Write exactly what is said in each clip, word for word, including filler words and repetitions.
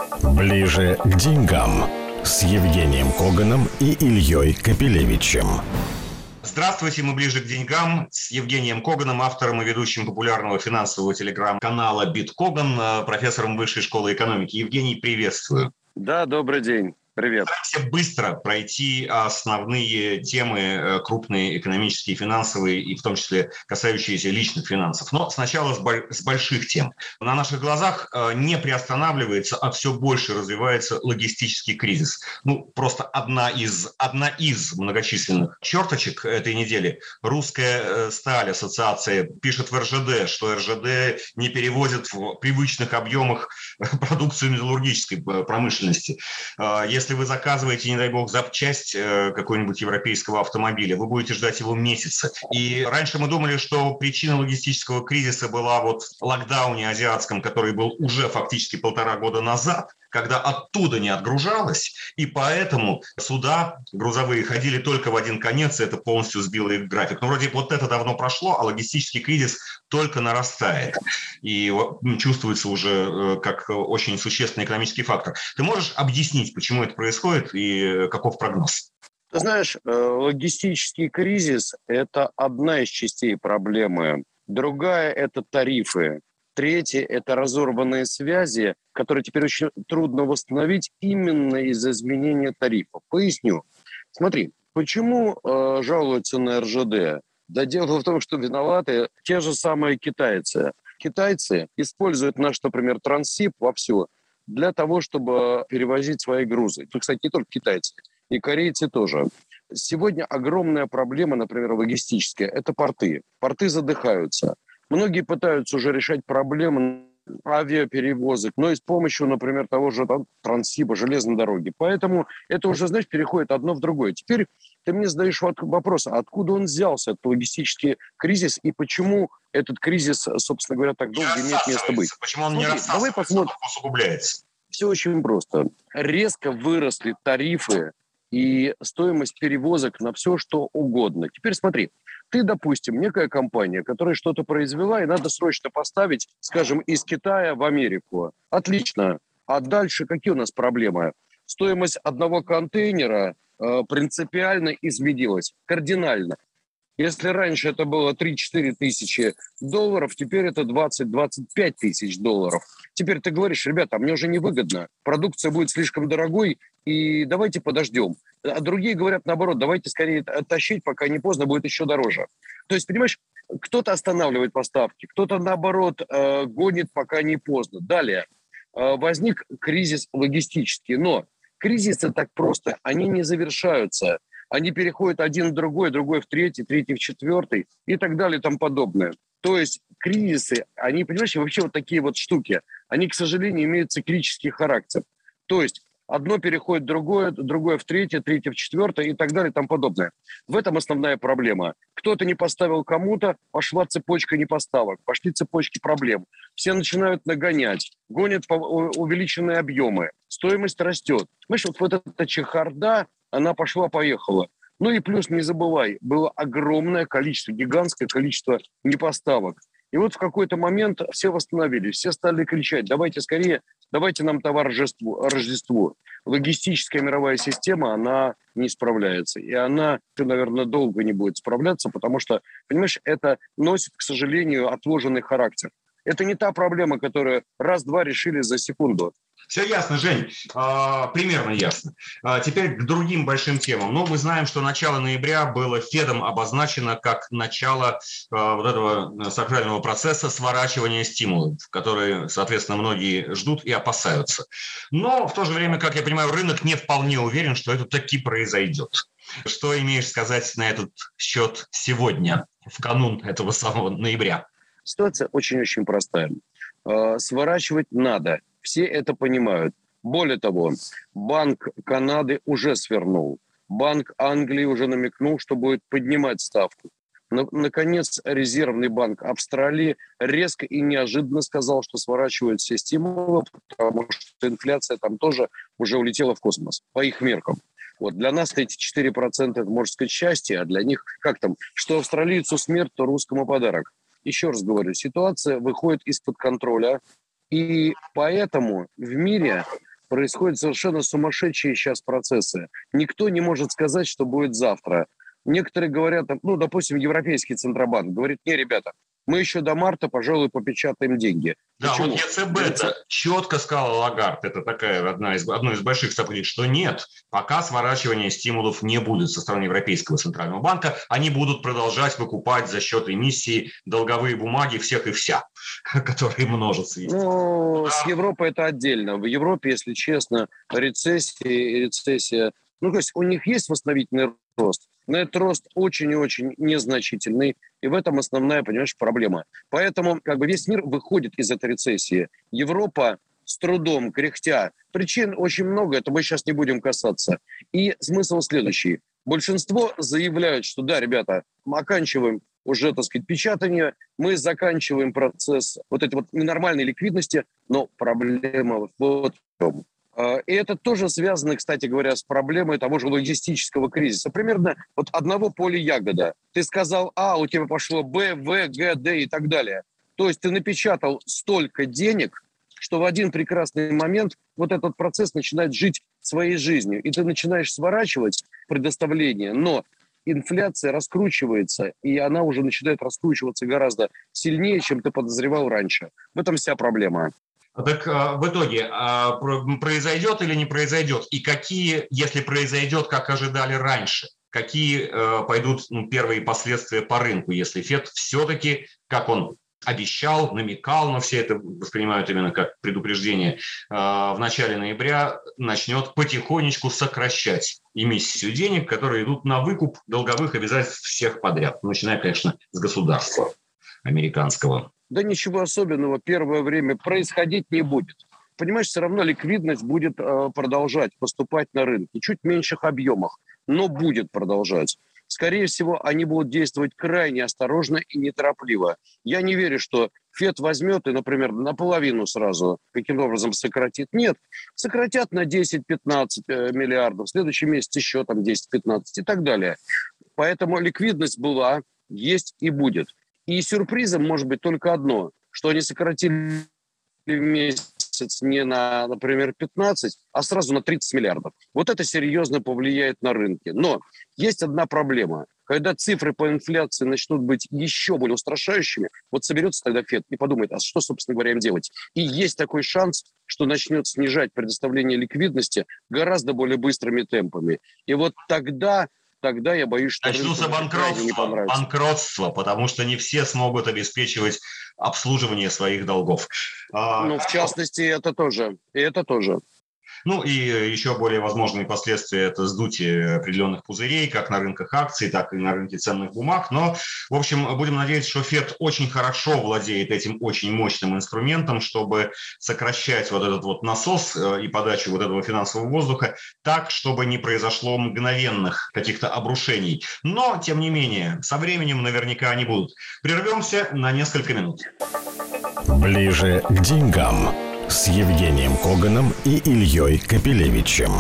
Ближе к деньгам с Евгением Коганом и Ильей Капелевичем. Здравствуйте, мы ближе к деньгам с Евгением Коганом, автором и ведущим популярного финансового телеграм-канала «Биткоган», профессором Высшей школы экономики. Евгений, приветствую. Да, добрый день. Привет. Постараемся быстро пройти основные темы, крупные экономические, финансовые, и в том числе касающиеся личных финансов. Но сначала с больших тем. На наших глазах не приостанавливается, а все больше развивается логистический кризис. Ну, просто одна из, одна из многочисленных черточек этой недели. Русская сталь, ассоциация, пишет в эр жэ дэ, что эр жэ дэ не перевозит в привычных объемах продукцию металлургической промышленности. Если вы заказываете, не дай бог, запчасть какой-нибудь европейского автомобиля, вы будете ждать его месяца. И раньше мы думали, что причина логистического кризиса была вот в локдауне азиатском, который был уже фактически полтора года назад, когда оттуда не отгружалось, и поэтому суда грузовые ходили только в один конец, и это полностью сбило их график. Но вроде вот это давно прошло, а логистический кризис только нарастает. И чувствуется уже как очень существенный экономический фактор. Ты можешь объяснить, почему это происходит и каков прогноз? Ты знаешь, логистический кризис – это одна из частей проблемы. Другая – это тарифы. Третье – это разорванные связи, которые теперь очень трудно восстановить именно из-за изменения тарифов. Поясню. Смотри, почему э, жалуются на эр жэ дэ? Да дело в том, что виноваты те же самые китайцы. Китайцы используют наш, например, Транссиб вовсю для того, чтобы перевозить свои грузы. Тут, кстати, не только китайцы, и корейцы тоже. Сегодня огромная проблема, например, логистическая – это порты. Порты задыхаются. Многие пытаются уже решать проблемы авиаперевозок, но и с помощью, например, того же там, Транссиба, железной дороги. Поэтому это уже, знаешь, переходит одно в другое. Теперь ты мне задаешь вопрос, откуда он взялся, этот логистический кризис, и почему этот кризис, собственно говоря, так долго имеет место быть. Почему он Смотри, не рассасывается, давай посмотрим. а усугубляется? Все очень просто. Резко выросли тарифы и стоимость перевозок на все, что угодно. Теперь смотри. Ты, допустим, некая компания, которая что-то произвела, и надо срочно поставить, скажем, из Китая в Америку. Отлично. А дальше какие у нас проблемы? Стоимость одного контейнера э, принципиально изменилась, кардинально. Если раньше это было три-четыре тысячи долларов, теперь это двадцать-двадцать пять тысяч долларов. Теперь ты говоришь, ребята, мне уже невыгодно, продукция будет слишком дорогой, и давайте подождем. А другие говорят наоборот, давайте скорее тащить, пока не поздно, будет еще дороже. То есть, понимаешь, кто-то останавливает поставки, кто-то наоборот э, гонит, пока не поздно. Далее э, возник кризис логистический, но кризисы так просто, они не завершаются. Они переходят один в другой, другой в третий, третий в четвертый и так далее и тому подобное. То есть кризисы, они, понимаешь, вообще вот такие вот штуки, они, к сожалению, имеют циклический характер. То есть одно переходит в другое, другое в третье, третье в четвертое и так далее и тому подобное. В этом основная проблема. Кто-то не поставил кому-то, пошла цепочка непоставок, пошли цепочки проблем. Все начинают нагонять, гонят увеличенные объемы, стоимость растет. Понимаешь, вот, вот эта чехарда, она пошла-поехала. Ну и плюс, не забывай, было огромное количество, гигантское количество непоставок. И вот в какой-то момент все восстановились, все стали кричать, давайте скорее, давайте нам товар Рождеству. Рождеству. Логистическая мировая система, она не справляется. И она, наверное, долго не будет справляться, потому что, понимаешь, это носит, к сожалению, отложенный характер. Это не та проблема, которую раз-два решили за секунду. Все ясно, Жень, а, примерно ясно. А теперь к другим большим темам. Ну, мы знаем, что начало ноября было Федом обозначено как начало а, вот этого сакрального процесса сворачивания стимулов, которые, соответственно, многие ждут и опасаются. Но в то же время, как я понимаю, рынок не вполне уверен, что это таки произойдет. Что имеешь сказать на этот счет сегодня, в канун этого самого ноября? Ситуация очень-очень простая. Сворачивать надо. Все это понимают. Более того, Банк Канады уже свернул. Банк Англии уже намекнул, что будет поднимать ставку. Наконец, Резервный банк Австралии резко и неожиданно сказал, что сворачивают все стимулы, потому что инфляция там тоже уже улетела в космос, по их меркам. Вот для нас эти четыре процента, это, можно сказать, счастье, а для них, как там, что австралийцу смерть, то русскому подарок. Еще раз говорю, ситуация выходит из-под контроля, и поэтому в мире Происходят совершенно сумасшедшие сейчас процессы. Никто не может сказать, что будет завтра. Некоторые говорят, ну, допустим, Европейский Центробанк говорит: не, ребята, мы еще до марта, пожалуй, попечатаем деньги. Да, Почему? вот ЕЦБ это четко сказала Лагард, это такая одна из, одно из больших событий, что нет, пока сворачивания стимулов не будет со стороны Европейского Центрального банка, они будут продолжать выкупать за счет эмиссии долговые бумаги всех и вся, которые множатся. Ну, да. С Европой это отдельно. В Европе, если честно, рецессия, рецессия, ну, то есть у них есть восстановительный рост, но этот рост очень и очень незначительный, и в этом основная, понимаешь, проблема. Поэтому как бы весь мир выходит из этой рецессии. Европа с трудом, кряхтя. Причин очень много, это мы сейчас не будем касаться. И смысл следующий. Большинство заявляют, что да, ребята, мы оканчиваем уже, так сказать, печатание, мы заканчиваем процесс вот этой вот ненормальной ликвидности, но проблема вот в том. И это тоже связано, кстати говоря, с проблемой того же логистического кризиса. Примерно вот одного поля ягода. Ты сказал А, у тебя пошло Б, В, Г, Д и так далее. То есть ты напечатал столько денег, что в один прекрасный момент вот этот процесс начинает жить своей жизнью. И ты начинаешь сворачивать предоставление, но инфляция раскручивается, и она уже начинает раскручиваться гораздо сильнее, чем ты подозревал раньше. В этом вся проблема. Так в итоге произойдет или не произойдет? И какие, если произойдет, как ожидали раньше, какие пойдут ну, первые последствия по рынку, если ФЕД все-таки, как он обещал, намекал, но все это воспринимают именно как предупреждение, в начале ноября начнет потихонечку сокращать эмиссию денег, которые идут на выкуп долговых обязательств всех подряд, начиная, конечно, с государства американского. Да ничего особенного первое время происходить не будет. Понимаешь, все равно ликвидность будет э, продолжать поступать на рынке. Чуть в меньших объемах, но будет продолжать. Скорее всего, они будут действовать крайне осторожно и неторопливо. Я не верю, что ФЕД возьмет и, например, наполовину сразу каким-то образом сократит. Нет, сократят на десять-пятнадцать миллиардов, в следующем месяце еще там десять-пятнадцать и так далее. Поэтому ликвидность была, есть и будет. И сюрпризом может быть только одно, что они сократили в месяц не на, например, пятнадцать, а сразу на тридцать миллиардов. Вот это серьезно повлияет на рынки. Но есть одна проблема. Когда цифры по инфляции начнут быть еще более устрашающими, вот соберется тогда ФЕД и подумает, а что, собственно говоря, им делать? И есть такой шанс, что начнет снижать предоставление ликвидности гораздо более быстрыми темпами. И вот тогда... Тогда я боюсь, что начнутся банкротства, банкротство, потому что не все смогут обеспечивать обслуживание своих долгов. Ну, в частности, это тоже. И это тоже. Ну и еще более возможные последствия – это сдутие определенных пузырей, как на рынках акций, так и на рынке ценных бумаг. Но, в общем, будем надеяться, что ФЕД очень хорошо владеет этим очень мощным инструментом, чтобы сокращать вот этот вот насос и подачу вот этого финансового воздуха так, чтобы не произошло мгновенных каких-то обрушений. Но, тем не менее, со временем наверняка они будут. Прервемся на несколько минут. Ближе к деньгам. С Евгением Коганом и Ильей Капелевичем.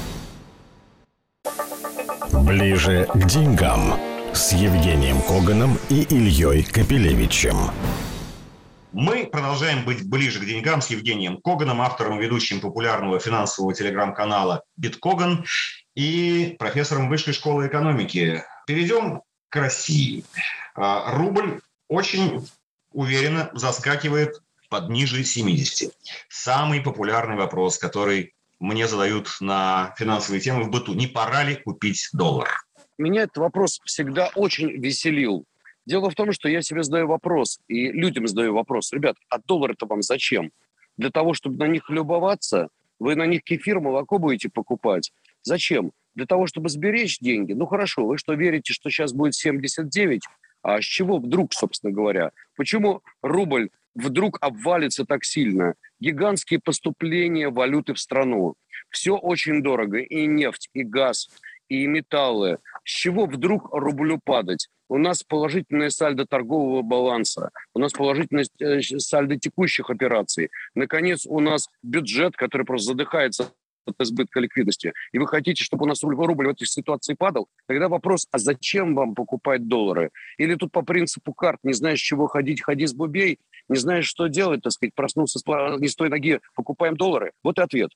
Ближе к деньгам. С Евгением Коганом и Ильей Капелевичем. Мы продолжаем быть ближе к деньгам с Евгением Коганом, автором и ведущим популярного финансового телеграм-канала «Биткоган» и профессором Высшей школы экономики. Перейдем к России. Рубль очень уверенно заскакивает под ниже семидесяти. Самый популярный вопрос, который мне задают на финансовые темы в быту. Не пора ли купить доллар? Меня этот вопрос всегда очень веселил. Дело в том, что я себе задаю вопрос, и людям задаю вопрос. Ребят, а доллар-то вам зачем? Для того, чтобы на них любоваться? Вы на них кефир, молоко будете покупать? Зачем? Для того, чтобы сберечь деньги? Ну хорошо, вы что, верите, что сейчас будет семьдесят девять? А с чего вдруг, собственно говоря? Почему рубль вдруг обвалится так сильно? Гигантские поступления валюты в страну. Все очень дорого. И нефть, и газ, и металлы. С чего вдруг рублю падать? У нас положительное сальдо торгового баланса. У нас положительное сальдо текущих операций. Наконец, у нас бюджет, который просто задыхается от избытка ликвидности, и вы хотите, чтобы у нас рубль в этой ситуации падал, тогда вопрос, а зачем вам покупать доллары? Или тут по принципу карт, не знаешь, с чего ходить, ходи с бубей, не знаешь, что делать, так сказать, проснулся с, не с той ноги, покупаем доллары? Вот и ответ.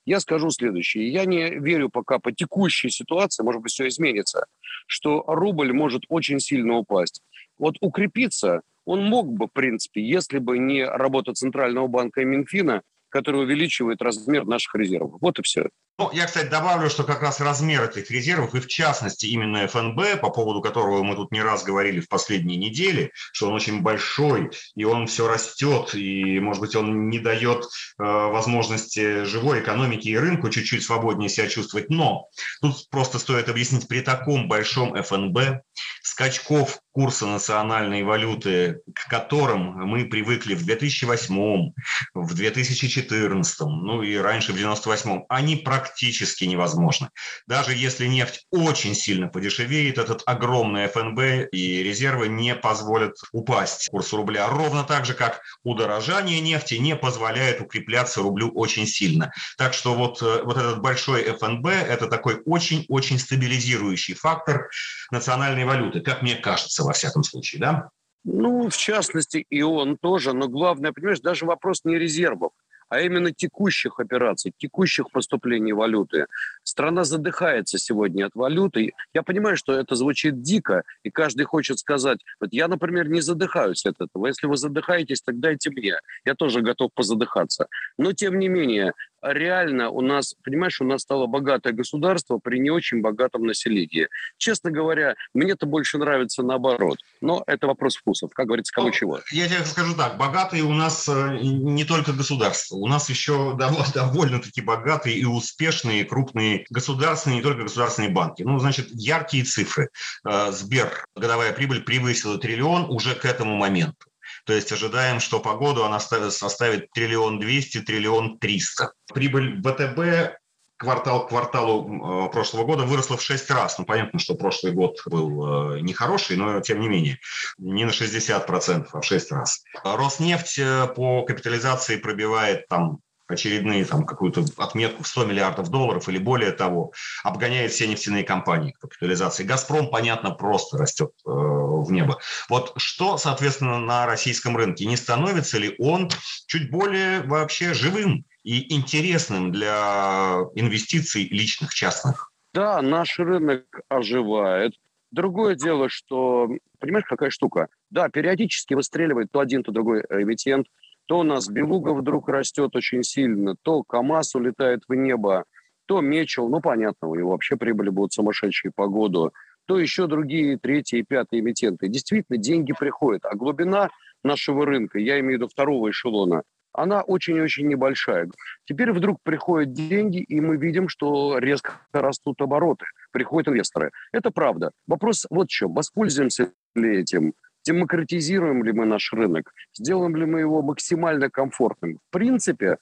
Я скажу следующее. Я не верю пока по текущей ситуации, может быть, все изменится, что рубль может очень сильно упасть. Вот укрепиться он мог бы, в принципе, если бы не работа Центрального банка и Минфина, который увеличивает размер наших резервов. Вот и все. Ну, я, кстати, добавлю, что как раз размер этих резервов, и в частности именно эф эн бэ, по поводу которого мы тут не раз говорили в последние недели, что он очень большой, и он все растет, и, может быть, он не дает э, возможности живой экономике и рынку чуть-чуть свободнее себя чувствовать. Но тут просто стоит объяснить, при таком большом эф эн бэ скачков курса национальной валюты, к которым мы привыкли в две тысячи восьмом, в две тысячи четырнадцатом, ну и раньше в девяносто восьмом, они практически невозможны. Даже если нефть очень сильно подешевеет, этот огромный эф эн бэ и резервы не позволят упасть курсу рубля. Ровно так же, как удорожание нефти не позволяет укрепляться рублю очень сильно. Так что вот, вот этот большой эф эн бэ – это такой очень-очень стабилизирующий фактор национальной валюты, как мне кажется, во всяком случае, да? Ну, в частности, и он тоже. Но главное, понимаешь, даже вопрос не резервов, а именно текущих операций, текущих поступлений валюты. Страна задыхается сегодня от валюты. Я понимаю, что это звучит дико, и каждый хочет сказать, вот я, например, не задыхаюсь от этого. Если вы задыхаетесь, так дайте мне. Я тоже готов позадыхаться. Но, тем не менее, реально у нас, понимаешь, у нас стало богатое государство при не очень богатом населении. Честно говоря, мне-то больше нравится наоборот. Но это вопрос вкусов, как говорится, кому Ну, чего. Я тебе скажу так, богатые у нас не только государство. У нас еще довольно-таки богатые и успешные крупные государственные, не только государственные банки. Ну, значит, яркие цифры. Сбер, годовая прибыль превысила триллион уже к этому моменту. То есть ожидаем, что по году она составит триллион двести, триллион триста. Прибыль вэ тэ бэ квартал к кварталу прошлого года выросла в шесть раз. Ну, понятно, что прошлый год был нехороший, но тем не менее, не на шестьдесят процентов, а в шесть раз. Роснефть по капитализации пробивает там очередные там какую-то отметку в сто миллиардов долларов или более того, обгоняет все нефтяные компании к капитализации. «Газпром», понятно, просто растет э, в небо. Вот что, соответственно, на российском рынке? Не становится ли он чуть более вообще живым и интересным для инвестиций личных, частных? Да, наш рынок оживает. Другое дело, что, понимаешь, какая штука? Да, периодически выстреливает то один, то другой эмитент. То у нас Белуга вдруг растет очень сильно, то КАМАЗ улетает в небо, то Мечел, ну, понятно, у него вообще прибыли будут сумасшедшие по году, то еще другие третьи и пятые эмитенты. Действительно, деньги приходят, а глубина нашего рынка, я имею в виду второго эшелона, она очень-очень небольшая. Теперь вдруг приходят деньги, и мы видим, что резко растут обороты, приходят инвесторы. Это правда. Вопрос вот в чем. Воспользуемся ли этим? Демократизируем ли мы наш рынок? Сделаем ли мы его максимально комфортным? В принципе,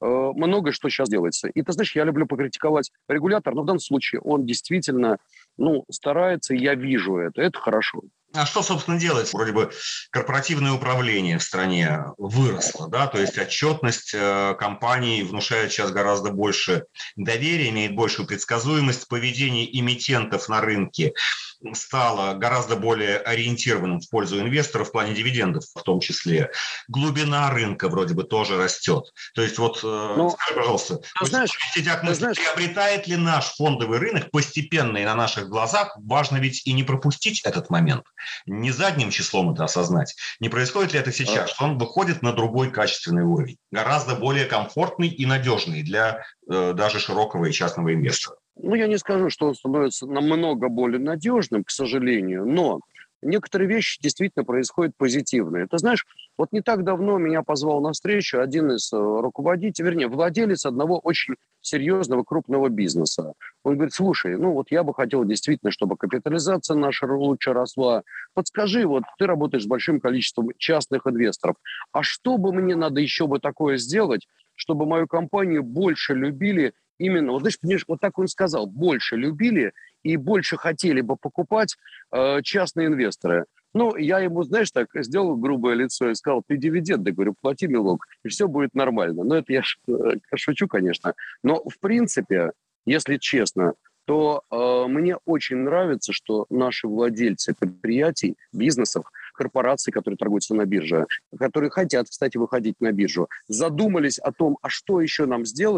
много что сейчас делается. И ты знаешь, я люблю покритиковать регулятор, но в данном случае он действительно ну, старается, и я вижу это. Это хорошо. А что, собственно, делать? Вроде бы корпоративное управление в стране выросло, да, то есть отчетность э, компаний внушает сейчас гораздо больше доверия, имеет большую предсказуемость, поведение эмитентов на рынке стало гораздо более ориентированным в пользу инвесторов в плане дивидендов в том числе. Глубина рынка вроде бы тоже растет. То есть вот, ну, скажи, пожалуйста, а знаешь, мысли, знаешь, приобретает ли наш фондовый рынок постепенно и на наших глазах? Важно ведь и не пропустить этот момент, не задним числом это осознать. Не происходит ли это сейчас, что он выходит на другой качественный уровень, гораздо более комфортный и надежный для э, даже широкого и частного инвестора? Ну, я не скажу, что он становится намного более надежным, к сожалению, но некоторые вещи действительно происходят позитивные. Ты знаешь, вот не так давно меня позвал на встречу один из руководителей, вернее, владелец одного очень серьезного крупного бизнеса. Он говорит, слушай, ну вот я бы хотел действительно, чтобы капитализация наша лучше росла. Подскажи, вот ты работаешь с большим количеством частных инвесторов, а что бы мне надо еще бы такое сделать, чтобы мою компанию больше любили именно, вот знаешь, понимаешь, вот так он сказал, больше любили и больше хотели бы покупать э, частные инвесторы. Ну, я ему, знаешь, так сделал грубое лицо и сказал, ты дивиденды, говорю, плати, милок, и все будет нормально. Ну, это я шучу, конечно. Но, в принципе, если честно, то э, мне очень нравится, что наши владельцы предприятий, бизнесов, корпораций, которые торгуются на бирже, которые хотят, кстати, выходить на биржу, задумались о том, а что еще нам сделать,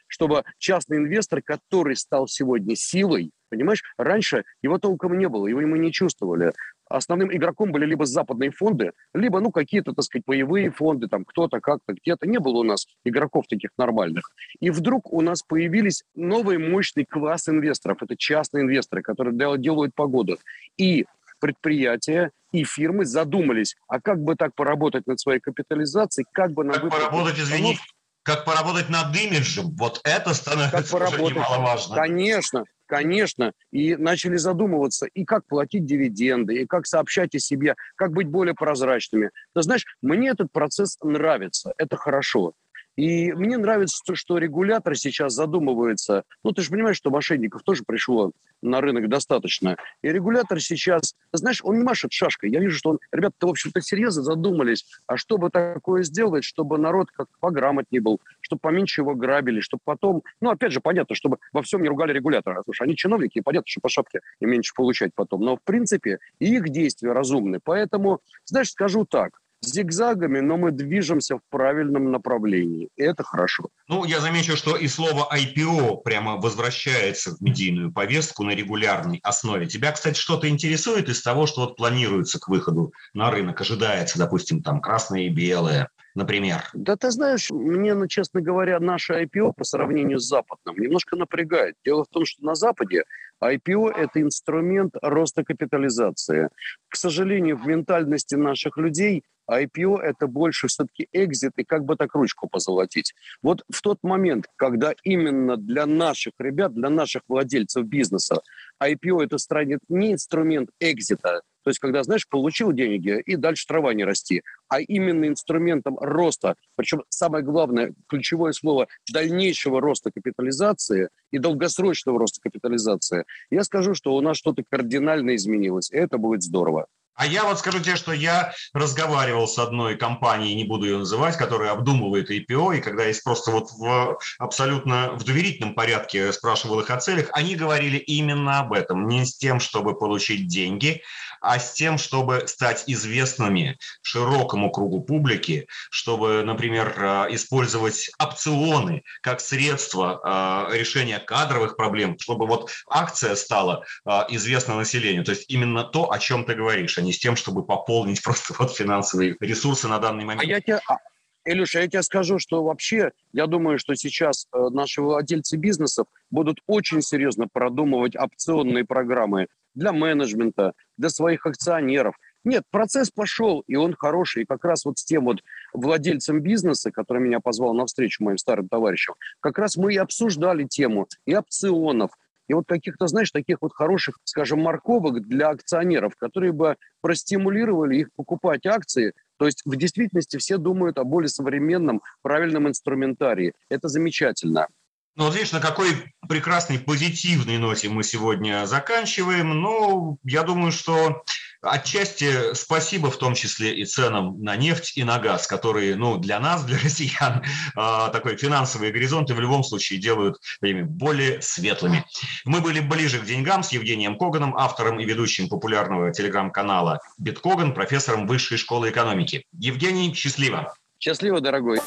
чтобы частный инвестор, который стал сегодня силой, понимаешь, раньше его толком не было, его мы не чувствовали. Основным игроком были либо западные фонды, либо, ну, какие-то, так сказать, боевые фонды, там, кто-то, как-то, где-то. Не было у нас игроков таких нормальных. И вдруг у нас появились новый мощный класс инвесторов. Это частные инвесторы, которые делают погоду. И предприятия, и фирмы задумались, а как бы так поработать над своей капитализацией, как бы... Как поработать, извини, как поработать над имиджем. Вот это становится уже немаловажно. Конечно. Конечно, и начали задумываться, и как платить дивиденды, и как сообщать о себе, как быть более прозрачными. Ты знаешь, мне этот процесс нравится, это хорошо. И мне нравится, что регулятор сейчас задумывается. Ну, ты же понимаешь, что мошенников тоже пришло на рынок достаточно. И регулятор сейчас, ты знаешь, он не машет шашкой. Я вижу, что он, ребята, в общем-то, серьезно задумались, а что бы такое сделать, чтобы народ как пограмотнее был, чтобы поменьше его грабили, чтобы потом... Ну, опять же, понятно, чтобы во всем не ругали регулятора. Слушай, они чиновники, и понятно, что по шапке и меньше получать потом. Но, в принципе, их действия разумны. Поэтому, знаешь, скажу так. Зигзагами, но мы движемся в правильном направлении. И это хорошо. Ну, я замечу, что и слово ай пи о прямо возвращается в медийную повестку на регулярной основе. Тебя, кстати, что-то интересует из того, что вот планируется к выходу на рынок? Ожидается, допустим, там красное и белое, например? Да ты знаешь, мне, ну, честно говоря, наше ай пи о по сравнению с западным немножко напрягает. Дело в том, что на Западе ай пи о – это инструмент роста капитализации. К сожалению, в ментальности наших людей ай пи о – это больше все-таки экзит и как бы так ручку позолотить. Вот в тот момент, когда именно для наших ребят, для наших владельцев бизнеса ай пи о – это станет не инструмент экзита, то есть когда, знаешь, получил деньги и дальше трава не расти, а именно инструментом роста, причем самое главное, ключевое слово дальнейшего роста капитализации и долгосрочного роста капитализации, я скажу, что у нас что-то кардинально изменилось, и это будет здорово. А я вот скажу тебе, что я разговаривал с одной компанией, не буду ее называть, которая обдумывает ай пи о, и когда я просто вот в абсолютно в доверительном порядке спрашивал их о целях, они говорили именно об этом. Не с тем, чтобы получить деньги, а с тем, чтобы стать известными широкому кругу публики, чтобы, например, использовать опционы как средство решения кадровых проблем, чтобы вот акция стала известна населению. То есть именно то, о чем ты говоришь, а не с тем, чтобы пополнить просто вот финансовые ресурсы на данный момент. А я тебе, Илюша, я тебе скажу, что вообще, я думаю, что сейчас наши владельцы бизнесов будут очень серьезно продумывать опционные программы для менеджмента, для своих акционеров. Нет, процесс пошел, и он хороший. И как раз вот с тем вот владельцем бизнеса, который меня позвал на встречу моим старым товарищам, как раз мы и обсуждали тему и опционов, и вот каких-то, знаешь, таких вот хороших, скажем, морковок для акционеров, которые бы простимулировали их покупать акции. То есть в действительности все думают о более современном, правильном инструментарии. Это замечательно. Ну вот видишь, на какой прекрасной позитивной ноте мы сегодня заканчиваем. Ну, я думаю, что отчасти спасибо в том числе и ценам на нефть и на газ, которые, ну, для нас, для россиян, такой финансовые горизонты в любом случае делают время более светлыми. Мы были ближе к деньгам с Евгением Коганом, автором и ведущим популярного телеграм-канала «Биткоган», профессором Высшей школы экономики. Евгений, счастливо! Счастливо, дорогой!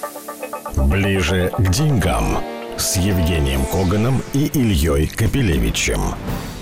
Ближе к деньгам с Евгением Коганом и Ильей Капелевичем.